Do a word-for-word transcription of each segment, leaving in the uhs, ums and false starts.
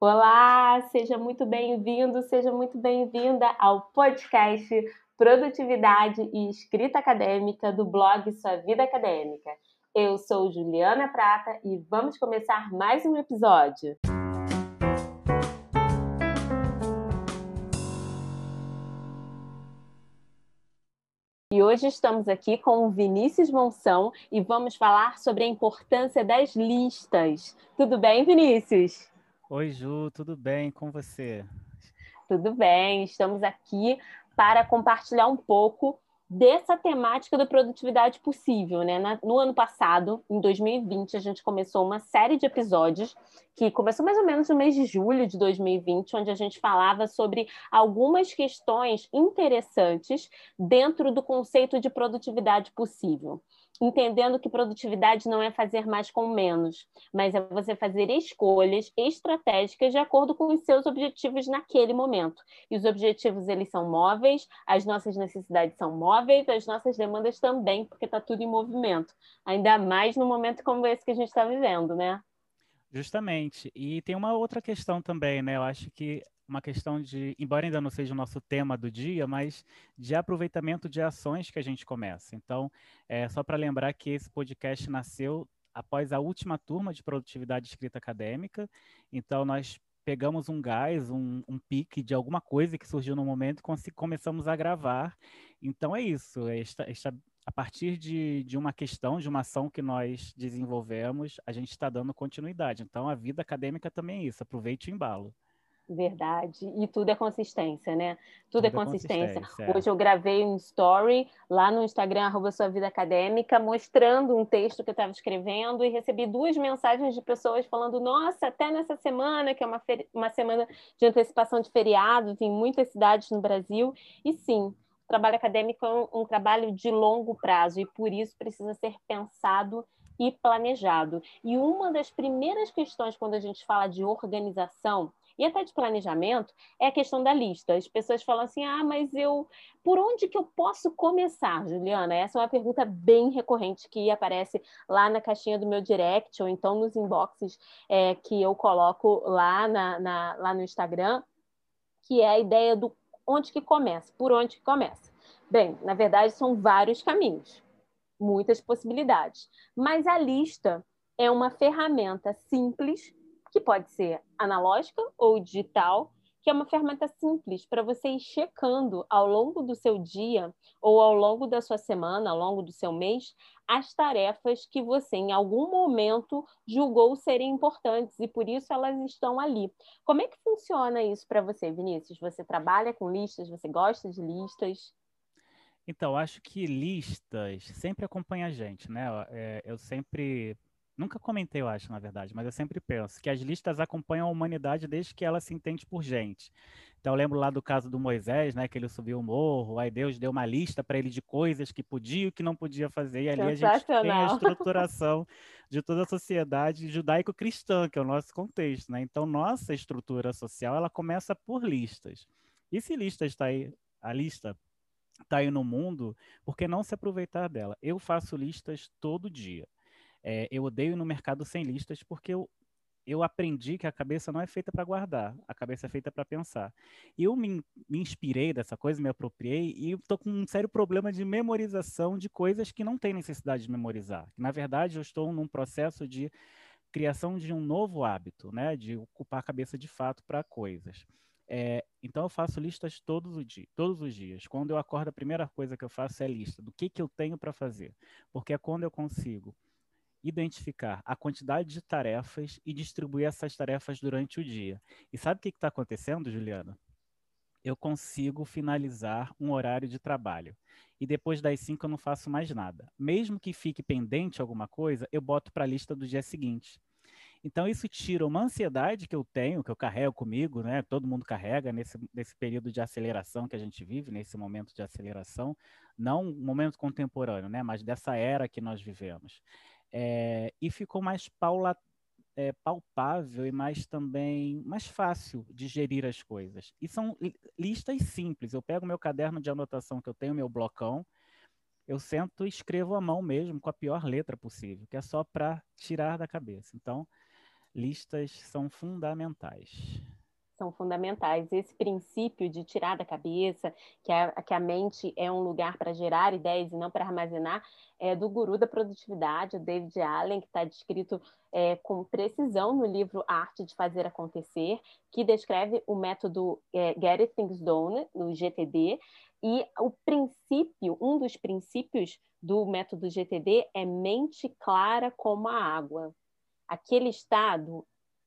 Olá, seja muito bem-vindo, seja muito bem-vinda ao podcast Produtividade e Escrita Acadêmica do blog Sua Vida Acadêmica. Eu sou Juliana Prata e vamos começar mais um episódio. E hoje estamos aqui com o Vinícius Monção e vamos falar sobre a importância das listas. Tudo bem, Vinícius? Oi, Ju, tudo bem com você? Tudo bem, estamos aqui para compartilhar um pouco dessa temática da produtividade possível, né? No ano passado, em dois mil e vinte, a gente começou uma série de episódios que começou mais ou menos no mês de julho de dois mil e vinte, onde a gente falava sobre algumas questões interessantes dentro do conceito de produtividade possível. Entendendo que produtividade não é fazer mais com menos, mas é você fazer escolhas estratégicas de acordo com os seus objetivos naquele momento. E os objetivos, eles são móveis, as nossas necessidades são móveis, as nossas demandas também, porque está tudo em movimento. Ainda mais no momento como esse que a gente está vivendo, né? Justamente. E tem uma outra questão também, né? Eu acho que uma questão de, embora ainda não seja o nosso tema do dia, mas de aproveitamento de ações que a gente começa. Então, é só para lembrar que esse podcast nasceu após a última turma de produtividade escrita acadêmica. Então, nós pegamos um gás, um, um pique de alguma coisa que surgiu no momento e começamos a gravar. Então, é isso. É esta, esta a partir de, de uma questão, de uma ação que nós desenvolvemos, a gente está dando continuidade. Então, a vida acadêmica também é isso, aproveite o embalo. Verdade. E tudo é consistência, né? Tudo é Tudo é consistência. consistência, é. Hoje eu gravei um story lá no Instagram, arroba Sua Vida Acadêmica, mostrando um texto que eu estava escrevendo e recebi duas mensagens de pessoas falando: nossa, até nessa semana, que é uma, feri- uma semana de antecipação de feriados em muitas cidades no Brasil. E sim, o trabalho acadêmico é um, um trabalho de longo prazo e por isso precisa ser pensado e planejado. E uma das primeiras questões quando a gente fala de organização e até de planejamento, é a questão da lista. As pessoas falam assim, ah, mas eu... Por onde que eu posso começar, Juliana? Essa é uma pergunta bem recorrente que aparece lá na caixinha do meu direct, ou então nos inboxes é, que eu coloco lá, na, na, lá no Instagram, que é a ideia do onde que começa, por onde que começa. Bem, na verdade, são vários caminhos, muitas possibilidades. Mas a lista é uma ferramenta simples, que pode ser analógica ou digital, que é uma ferramenta simples para você ir checando ao longo do seu dia ou ao longo da sua semana, ao longo do seu mês, as tarefas que você em algum momento julgou serem importantes e por isso elas estão ali. Como é que funciona isso para você, Vinícius? Você trabalha com listas? Você gosta de listas? Então, acho que listas sempre acompanham a gente, né? É, eu sempre, nunca comentei, eu acho, na verdade, mas eu sempre penso que as listas acompanham a humanidade desde que ela se entende por gente. Então, eu lembro lá do caso do Moisés, né? Que ele subiu o morro, aí Deus deu uma lista para ele de coisas que podia e que não podia fazer, e ali a gente tem a Sensacional. estruturação de toda a sociedade judaico-cristã, que é o nosso contexto, né? Então, nossa estrutura social, ela começa por listas. E se lista está aí, a lista está aí no mundo, por que não se aproveitar dela? Eu faço listas todo dia. É, eu odeio ir no mercado sem listas porque eu, eu aprendi que a cabeça não é feita para guardar, a cabeça é feita para pensar. E eu me, me inspirei dessa coisa, me apropriei e estou com um sério problema de memorização de coisas que não tem necessidade de memorizar. Na verdade, eu estou num processo de criação de um novo hábito, né, de ocupar a cabeça de fato para coisas. É, então eu faço listas todos os, dias, todos os dias. Quando eu acordo, a primeira coisa que eu faço é lista do que, que eu tenho para fazer. Porque é quando eu consigo identificar a quantidade de tarefas e distribuir essas tarefas durante o dia. E sabe o que está acontecendo, Juliana? Eu consigo finalizar um horário de trabalho. E depois das cinco eu não faço mais nada. Mesmo que fique pendente alguma coisa, eu boto para a lista do dia seguinte. Então, isso tira uma ansiedade que eu tenho, que eu carrego comigo, né? Todo mundo carrega nesse, nesse período de aceleração que a gente vive, nesse momento de aceleração, não um momento contemporâneo, né? Mas dessa era que nós vivemos. É, e ficou mais paula, é, palpável e mais também mais fácil de gerir as coisas. E são listas simples. Eu pego meu caderno de anotação que eu tenho, meu blocão, eu sento e escrevo à mão mesmo, com a pior letra possível, que é só para tirar da cabeça. Então, Listas são fundamentais. São fundamentais. Esse princípio de tirar da cabeça, que a, que a mente é um lugar para gerar ideias e não para armazenar, é do guru da produtividade, o David Allen, que está descrito é, com precisão no livro Arte de Fazer Acontecer, que descreve o método é, Get Things Done, no G T D, e o princípio, um dos princípios do método G T D é mente clara como a água. Aquele estado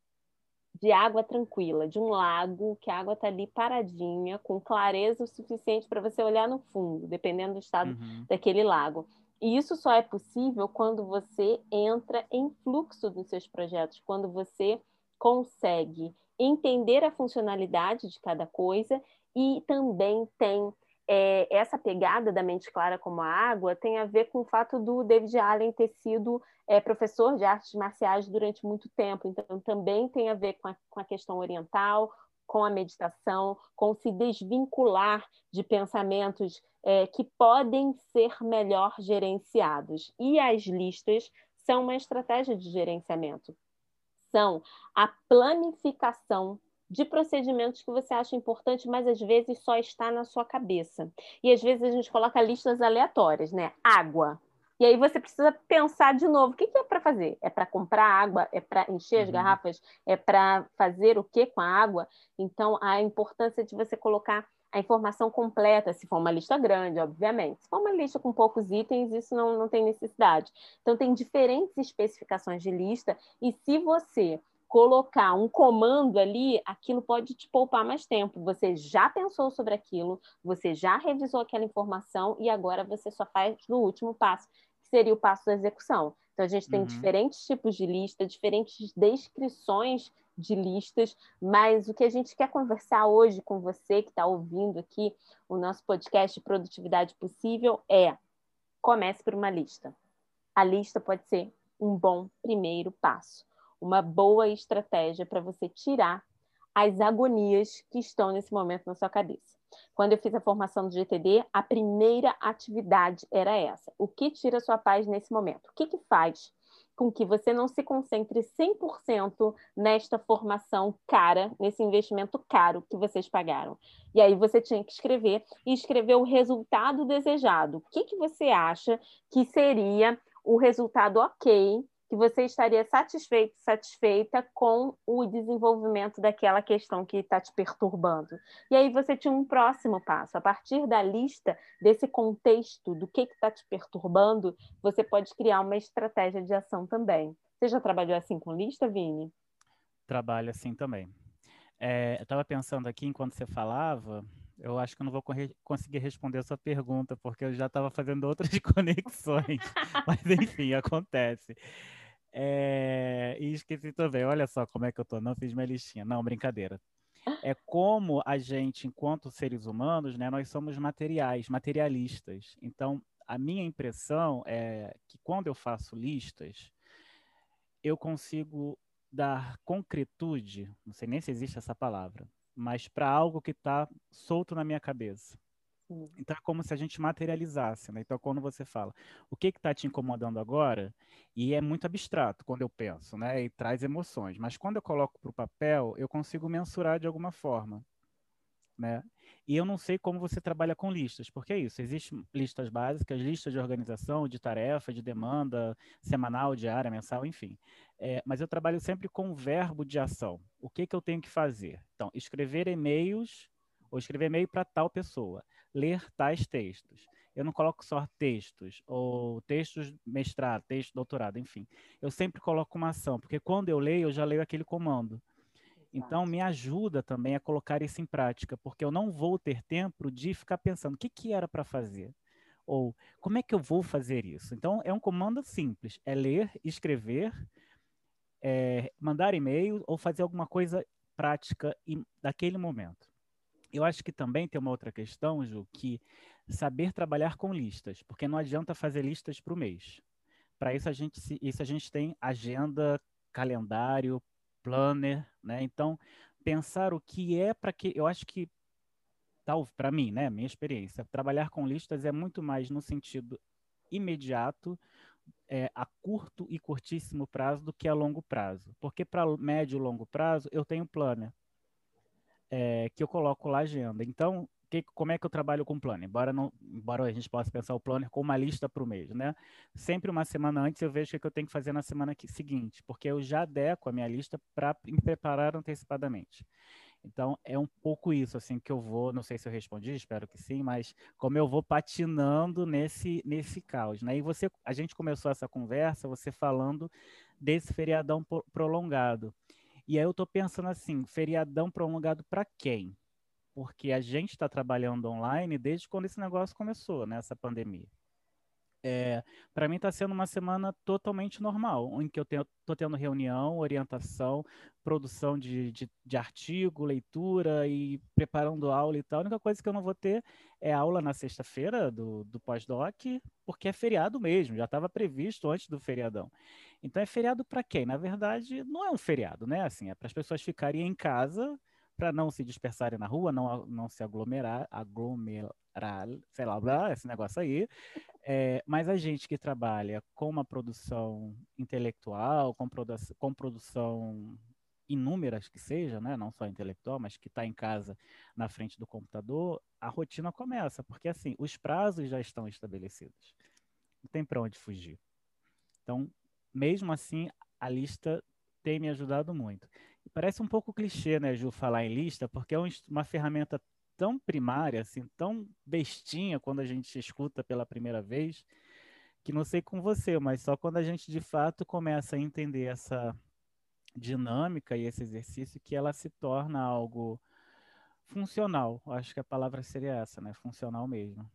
de água tranquila, de um lago, que a água está ali paradinha, com clareza o suficiente para você olhar no fundo, dependendo do estado Uhum. daquele lago. E isso só é possível quando você entra em fluxo dos seus projetos, quando você consegue entender a funcionalidade de cada coisa e também tem é, essa pegada da mente clara como a água tem a ver com o fato do David Allen ter sido é, professor de artes marciais durante muito tempo, então também tem a ver com a, com a questão oriental, com a meditação, com se desvincular de pensamentos é, que podem ser melhor gerenciados. E as listas são uma estratégia de gerenciamento. São a planificação de procedimentos que você acha importante, mas às vezes só está na sua cabeça. E às vezes a gente coloca listas aleatórias, né? Água. E aí você precisa pensar de novo, o que, que é para fazer? É para comprar água? É para encher as Uhum. garrafas? É para fazer o que com a água? Então, a importância de você colocar a informação completa, se for uma lista grande, obviamente. Se for uma lista com poucos itens, isso não, não tem necessidade. Então, tem diferentes especificações de lista, e se você colocar um comando ali, aquilo pode te poupar mais tempo. Você já pensou sobre aquilo, você já revisou aquela informação e agora você só faz no último passo, que seria o passo da execução. Então, a gente tem Uhum. diferentes tipos de lista, diferentes descrições de listas, mas o que a gente quer conversar hoje com você que está ouvindo aqui o nosso podcast de Produtividade Possível é: comece por uma lista. A lista pode ser um bom primeiro passo, uma boa estratégia para você tirar as agonias que estão nesse momento na sua cabeça. Quando eu fiz a formação do G T D, a primeira atividade era essa: o que tira a sua paz nesse momento? O que que faz com que você não se concentre cem por cento nesta formação cara, nesse investimento caro que vocês pagaram? E aí você tinha que escrever, e escrever o resultado desejado. O que que você acha que seria o resultado ok, que você estaria satisfeito, satisfeita com o desenvolvimento daquela questão que está te perturbando. E aí você tinha um próximo passo. A partir da lista, desse contexto do que está te perturbando, você pode criar uma estratégia de ação também. Você já trabalhou assim com lista, Vini? Trabalho assim também. É, eu estava pensando aqui, enquanto você falava, eu acho que eu não vou corre- conseguir responder a sua pergunta, porque eu já estava fazendo outras conexões. Mas, enfim, acontece. É, e esqueci também, olha só como é que eu tô, não fiz minha listinha. Não, brincadeira. É como a gente, enquanto seres humanos, né, nós somos materiais, materialistas. Então, a minha impressão é que quando eu faço listas, eu consigo dar concretude, não sei nem se existe essa palavra, mas para algo que está solto na minha cabeça. Sim. Então é como se a gente materializasse, né? Então quando você fala, o que está te incomodando agora, e é muito abstrato quando eu penso, né? E traz emoções, mas quando eu coloco para o papel, eu consigo mensurar de alguma forma, né? E eu não sei como você trabalha com listas, porque é isso, existem listas básicas, listas de organização, de tarefa, de demanda, semanal, diária, mensal, enfim. É, mas eu trabalho sempre com o verbo de ação. O que, que eu tenho que fazer? Então, escrever e-mails, ou escrever e-mail para tal pessoa, ler tais textos. Eu não coloco só textos, ou textos mestrado, texto doutorado, enfim. Eu sempre coloco uma ação, porque quando eu leio, eu já leio aquele comando. Então, me ajuda também a colocar isso em prática, porque eu não vou ter tempo de ficar pensando o que, que era para fazer, ou como é que eu vou fazer isso. Então, é um comando simples, é ler, escrever, é, mandar e-mail ou fazer alguma coisa prática daquele momento. Eu acho que também tem uma outra questão, Ju, que saber trabalhar com listas, porque não adianta fazer listas para o mês. Para isso a gente isso a gente tem agenda, calendário, planner, né? Então, pensar o que é para que eu acho que tal para mim, né, minha experiência, trabalhar com listas é muito mais no sentido imediato é, a curto e curtíssimo prazo do que a longo prazo. Porque para médio e longo prazo, eu tenho planner, é, que eu coloco lá a agenda. Então, que, como é que eu trabalho com planner? Embora, não, embora a gente possa pensar o planner como uma lista para o mês, né? Sempre uma semana antes eu vejo o que eu tenho que fazer na semana que, seguinte, porque eu já adequo a minha lista para me preparar antecipadamente. Então, é um pouco isso, assim, que eu vou, não sei se eu respondi, espero que sim, mas como eu vou patinando nesse, nesse caos, né? E você, a gente começou essa conversa, você falando desse feriadão prolongado. E aí eu estou pensando assim, feriadão prolongado para quem? Porque a gente está trabalhando online desde quando esse negócio começou, né, essa pandemia. É, para mim está sendo uma semana totalmente normal, em que eu estou tendo reunião, orientação, produção de, de, de artigo, leitura e preparando aula e tal. A única coisa que eu não vou ter é aula na sexta-feira do, do pós-doc, porque é feriado mesmo, já estava previsto antes do feriadão. Então é feriado para quem? Na verdade, não é um feriado, né? Assim, é para as pessoas ficarem em casa para não se dispersarem na rua, não, não se aglomerar, aglomerar, sei lá, blá, esse negócio aí. É, mas a gente que trabalha com uma produção intelectual, com, produ com produção inúmeras que seja, né? Não só intelectual, mas que está em casa na frente do computador, a rotina começa, porque assim, os prazos já estão estabelecidos. Não tem para onde fugir. Então, mesmo assim, a lista tem me ajudado muito. E parece um pouco clichê, né, Ju, falar em lista, porque é um, uma ferramenta tão primária, assim, tão bestinha quando a gente escuta pela primeira vez, que não sei com você, mas só quando a gente de fato começa a entender essa dinâmica e esse exercício que ela se torna algo funcional. Acho que a palavra seria essa, né? Funcional mesmo.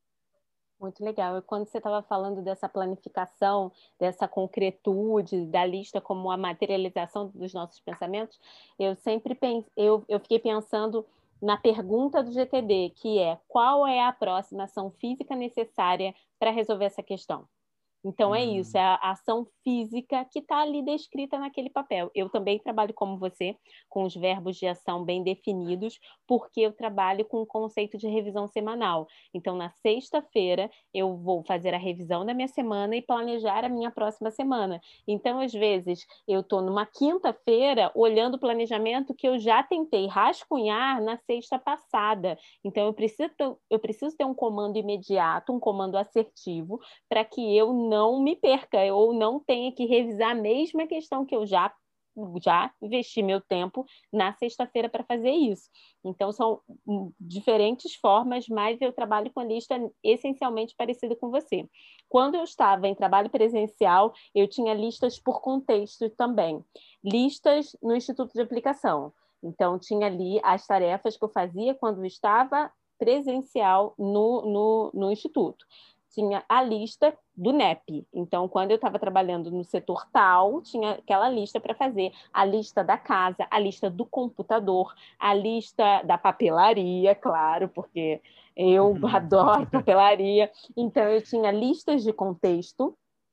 Muito legal. E quando você estava falando dessa planificação, dessa concretude, da lista como a materialização dos nossos pensamentos, eu sempre pense, eu, eu fiquei pensando na pergunta do G T D, que é: qual é a aproximação física necessária para resolver essa questão? Então é isso, é Hum. a ação física que está ali descrita naquele papel. Eu também trabalho como você, com os verbos de ação bem definidos, porque eu trabalho com o conceito de revisão semanal. Então, na sexta-feira, eu vou fazer a revisão da minha semana e planejar a minha próxima semana. Então, às vezes, eu estou numa quinta-feira olhando o planejamento que eu já tentei rascunhar na sexta passada. Então, eu preciso, eu preciso ter um comando imediato, um comando assertivo, para que eu não me perca ou não tenha que revisar a mesma questão que eu já já investi meu tempo na sexta-feira para fazer isso. Então, são diferentes formas, mas eu trabalho com a lista essencialmente parecida com você. Quando eu estava em trabalho presencial, eu tinha listas por contexto também. Listas no Instituto de Aplicação. Então, tinha ali as tarefas que eu fazia quando estava presencial no, no, no Instituto. Tinha a lista do N E P. Então, quando eu estava trabalhando no setor tal, tinha aquela lista para fazer. A lista da casa, a lista do computador, a lista da papelaria, claro, porque eu adoro papelaria. Então, eu tinha listas de contexto,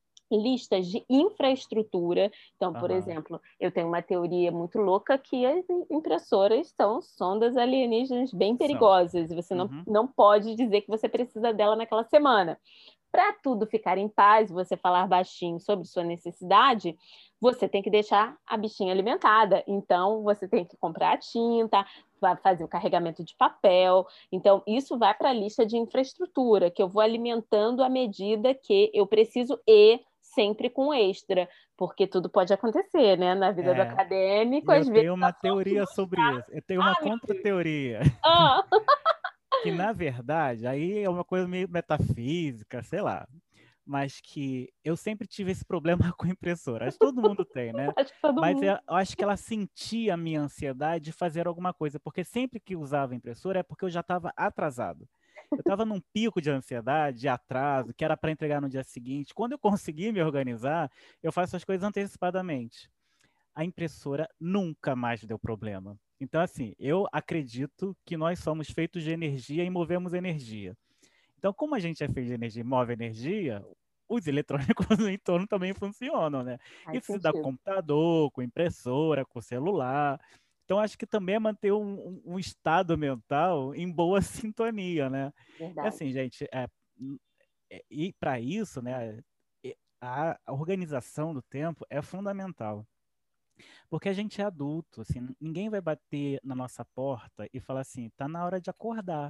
listas de infraestrutura. Então, por Uhum. exemplo, eu tenho uma teoria muito louca que as impressoras são sondas alienígenas bem São. perigosas, e você não, Uhum. não pode dizer que você precisa dela naquela semana. Para tudo ficar em paz, você falar baixinho sobre sua necessidade, você tem que deixar a bichinha alimentada. Então, você tem que comprar a tinta, vai fazer o carregamento de papel. Então, isso vai para a lista de infraestrutura, que eu vou alimentando à medida que eu preciso e sempre com extra, porque tudo pode acontecer, né? Na vida do É, acadêmico, e eu às vezes tenho a uma sorte teoria não sobre está. isso. Eu tenho uma Ah, meu Deus! contra-teoria. Ah. Que, na verdade, aí é uma coisa meio metafísica, sei lá. Mas que eu sempre tive esse problema com impressora. Acho que todo mundo tem, né? Acho que todo Mas mundo. eu acho que ela sentia a minha ansiedade de fazer alguma coisa, porque sempre que usava a impressora é porque eu já estava atrasado. Eu estava num pico de ansiedade, de atraso, que era para entregar no dia seguinte. Quando eu consegui me organizar, eu faço as coisas antecipadamente. A impressora nunca mais deu problema. Então, assim, eu acredito que nós somos feitos de energia e movemos energia. Então, como a gente é feito de energia e move energia, os eletrônicos no entorno também funcionam, né? Faz Isso se dá com sentido. computador, com impressora, com celular. Então, acho que também é manter um, um, um estado mental em boa sintonia, né? E Verdade. assim, gente, é, é, e para isso, né? a organização do tempo é fundamental. Porque a gente é adulto, assim, ninguém vai bater na nossa porta e falar assim, tá na hora de acordar.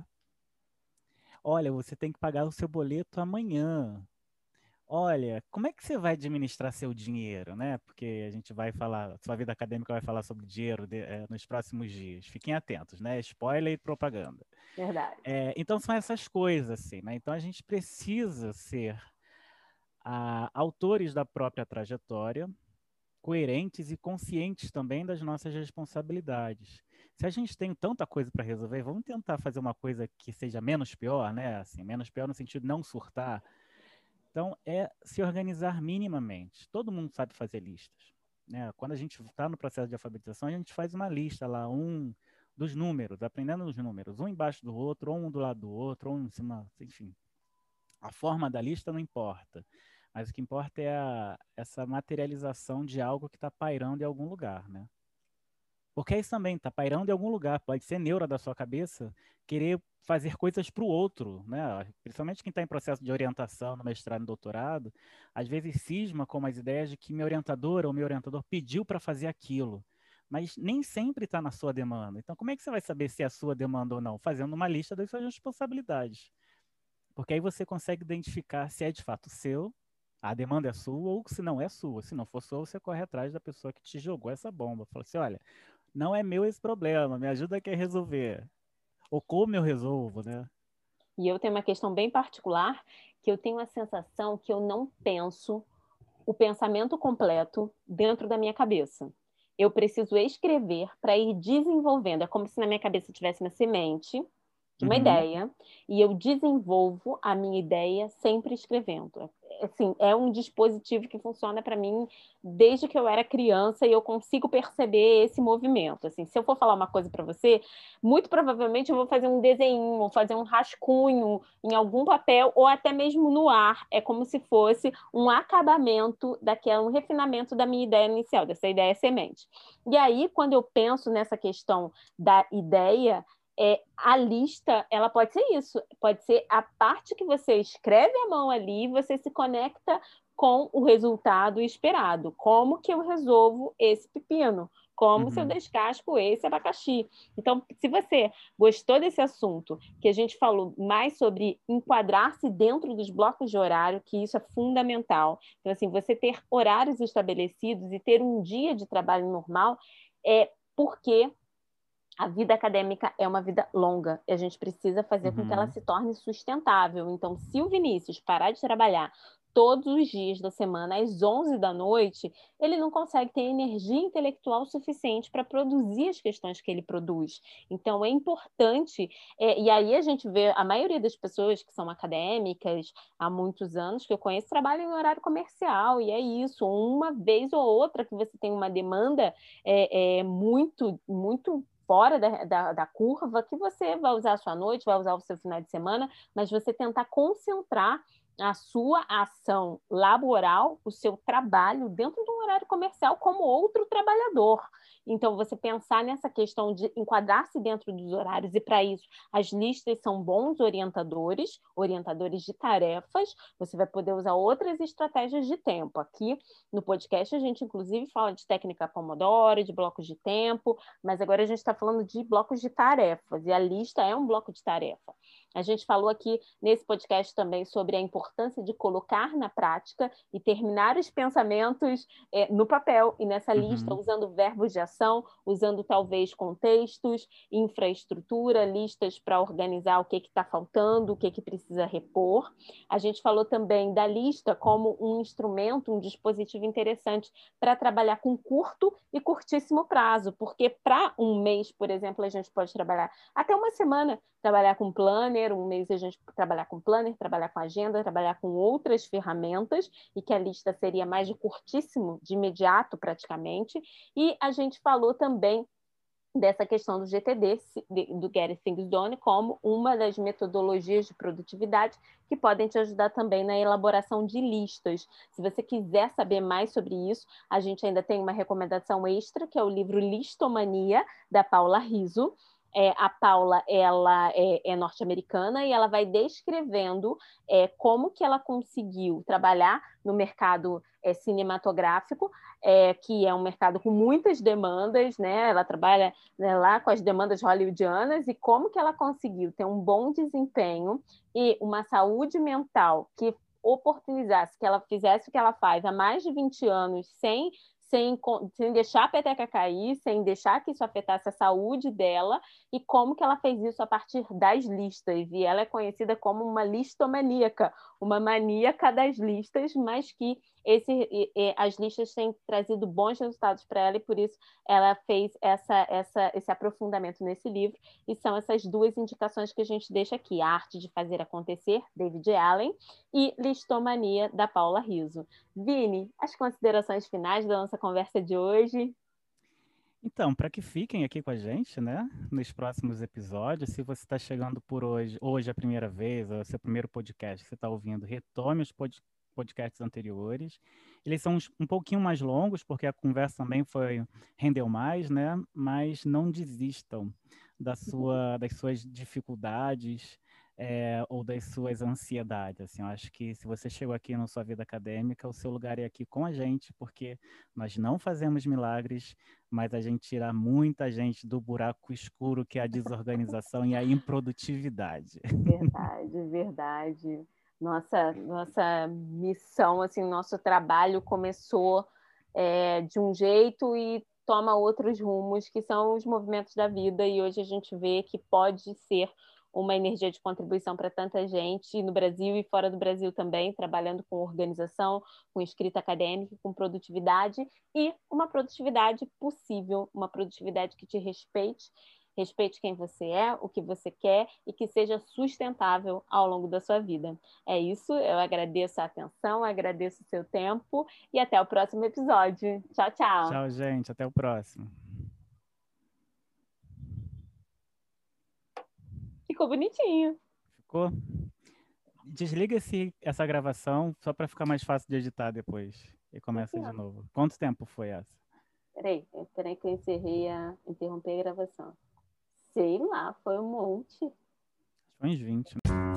Olha, você tem que pagar o seu boleto amanhã. Olha, como é que você vai administrar seu dinheiro, né? Porque a gente vai falar, sua vida acadêmica vai falar sobre dinheiro de, eh, nos próximos dias. Fiquem atentos, né? Spoiler e propaganda. Verdade. É, então são essas coisas, assim, né? Então a gente precisa ser a, autores da própria trajetória, coerentes e conscientes também das nossas responsabilidades. Se a gente tem tanta coisa para resolver, vamos tentar fazer uma coisa que seja menos pior, né? Assim, menos pior no sentido de não surtar. Então, é se organizar minimamente. Todo mundo sabe fazer listas, né? Quando a gente está no processo de alfabetização, a gente faz uma lista lá, um dos números, aprendendo os números, um embaixo do outro, ou um do lado do outro, ou um em cima, enfim. A forma da lista não importa, mas o que importa é a, essa materialização de algo que está pairando em algum lugar, né? Porque é isso também, está pairando em algum lugar, pode ser neura da sua cabeça, querer fazer coisas para o outro, né? Principalmente quem está em processo de orientação no mestrado e doutorado, às vezes cisma com as ideias de que minha orientadora ou meu orientador pediu para fazer aquilo, mas nem sempre está na sua demanda. Então, como é que você vai saber se é a sua demanda ou não? Fazendo uma lista das suas responsabilidades. Porque aí você consegue identificar se é de fato seu, a demanda é sua, ou se não é sua. Se não for sua, você corre atrás da pessoa que te jogou essa bomba. Fala assim, olha, não é meu esse problema, me ajuda aqui a resolver. Ou como eu resolvo, né? E eu tenho uma questão bem particular, que eu tenho a sensação que eu não penso o pensamento completo dentro da minha cabeça. Eu preciso escrever para ir desenvolvendo. É como se na minha cabeça tivesse uma semente de uma Uhum. ideia e eu desenvolvo a minha ideia sempre escrevendo. Assim, é um dispositivo que funciona para mim desde que eu era criança e eu consigo perceber esse movimento. Assim, se eu for falar uma coisa para você, muito provavelmente eu vou fazer um desenho, vou fazer um rascunho em algum papel ou até mesmo no ar. É como se fosse um acabamento daquela, um refinamento da minha ideia inicial, dessa ideia semente. E aí, quando eu penso nessa questão da ideia, é, a lista, ela pode ser isso, pode ser a parte que você escreve à mão ali, você se conecta com o resultado esperado. Como que eu resolvo esse pepino? Como se eu Uhum. descasco esse abacaxi? Então, se você gostou desse assunto, que a gente falou mais sobre enquadrar-se dentro dos blocos de horário, que isso é fundamental. Então, assim, você ter horários estabelecidos e ter um dia de trabalho normal é porque a vida acadêmica é uma vida longa e a gente precisa fazer com que ela Uhum. se torne sustentável. Então, se o Vinícius parar de trabalhar todos os dias da semana às onze da noite, ele não consegue ter energia intelectual suficiente para produzir as questões que ele produz. Então, é importante, é, e aí a gente vê a maioria das pessoas que são acadêmicas há muitos anos, que eu conheço, trabalham em horário comercial, e é isso, uma vez ou outra que você tem uma demanda é, é muito, muito fora da, da, da curva, que você vai usar a sua noite, vai usar o seu final de semana, mas você tentar concentrar a sua ação laboral, o seu trabalho dentro de um horário comercial como outro trabalhador. Então, você pensar nessa questão de enquadrar-se dentro dos horários, e para isso as listas são bons orientadores, orientadores de tarefas, você vai poder usar outras estratégias de tempo. Aqui no podcast a gente inclusive fala de técnica Pomodoro, de blocos de tempo, mas agora a gente está falando de blocos de tarefas, e a lista é um bloco de tarefa. A gente falou aqui nesse podcast também sobre a importância de colocar na prática e terminar os pensamentos é, no papel e nessa lista, Uhum. usando verbos de ação, usando talvez contextos, infraestrutura, listas para organizar o que está faltando, o que, que precisa repor. A gente falou também da lista como um instrumento, um dispositivo interessante para trabalhar com curto e curtíssimo prazo, porque para um mês, por exemplo, a gente pode trabalhar até uma semana, trabalhar com planner, um mês a gente trabalhar com planner, trabalhar com agenda, trabalhar com outras ferramentas, e que a lista seria mais de curtíssimo, de imediato praticamente. E a gente falou também dessa questão do G T D, do Get Things Done, como uma das metodologias de produtividade que podem te ajudar também na elaboração de listas. Se você quiser saber mais sobre isso, a gente ainda tem uma recomendação extra, que é o livro Listomania, da Paula Rizzo. É, a Paula, ela é, é norte-americana e ela vai descrevendo é, como que ela conseguiu trabalhar no mercado é, cinematográfico, é, que é um mercado com muitas demandas, né? Ela trabalha, né, lá com as demandas hollywoodianas, e como que ela conseguiu ter um bom desempenho e uma saúde mental que oportunizasse que ela fizesse o que ela faz há mais de vinte anos sem Sem, sem deixar a peteca cair, sem deixar que isso afetasse a saúde dela, e como que ela fez isso a partir das listas. E ela é conhecida como uma listomaníaca, uma maníaca das listas, mas que esse, e, e, as listas têm trazido bons resultados para ela, e por isso ela fez essa, essa, esse aprofundamento nesse livro, e são essas duas indicações que a gente deixa aqui: A Arte de Fazer Acontecer, David Allen, e Listomania, da Paula Rizzo. Vini, as considerações finais da nossa conversa de hoje? Então, para que fiquem aqui com a gente, né, nos próximos episódios, se você está chegando por hoje, hoje é a primeira vez, ou é o seu primeiro podcast que você está ouvindo, retome os pod podcasts anteriores. Eles são uns, um pouquinho mais longos, porque a conversa também foi, rendeu mais, né, mas não desistam da sua, das suas dificuldades, é, ou das suas ansiedades. Assim, eu acho que se você chegou aqui na sua vida acadêmica, o seu lugar é aqui com a gente, porque nós não fazemos milagres, mas a gente tira muita gente do buraco escuro que é a desorganização e a improdutividade. Verdade, verdade. Nossa, nossa missão, assim, nosso trabalho começou é, de um jeito e toma outros rumos, que são os movimentos da vida, e hoje a gente vê que pode ser uma energia de contribuição para tanta gente no Brasil e fora do Brasil também, trabalhando com organização, com escrita acadêmica, com produtividade, e uma produtividade possível, uma produtividade que te respeite, respeite quem você é, o que você quer, e que seja sustentável ao longo da sua vida. É isso, eu agradeço a atenção, agradeço o seu tempo, e até o próximo episódio. Tchau, tchau. Tchau, gente. Até o próximo. Ficou bonitinho. Ficou? Desliga esse, essa gravação só para ficar mais fácil de editar depois. E começa de novo. Quanto tempo foi essa? Peraí, peraí que eu encerrei a... interrompi a gravação. Sei lá, foi um monte. Foi uns vinte.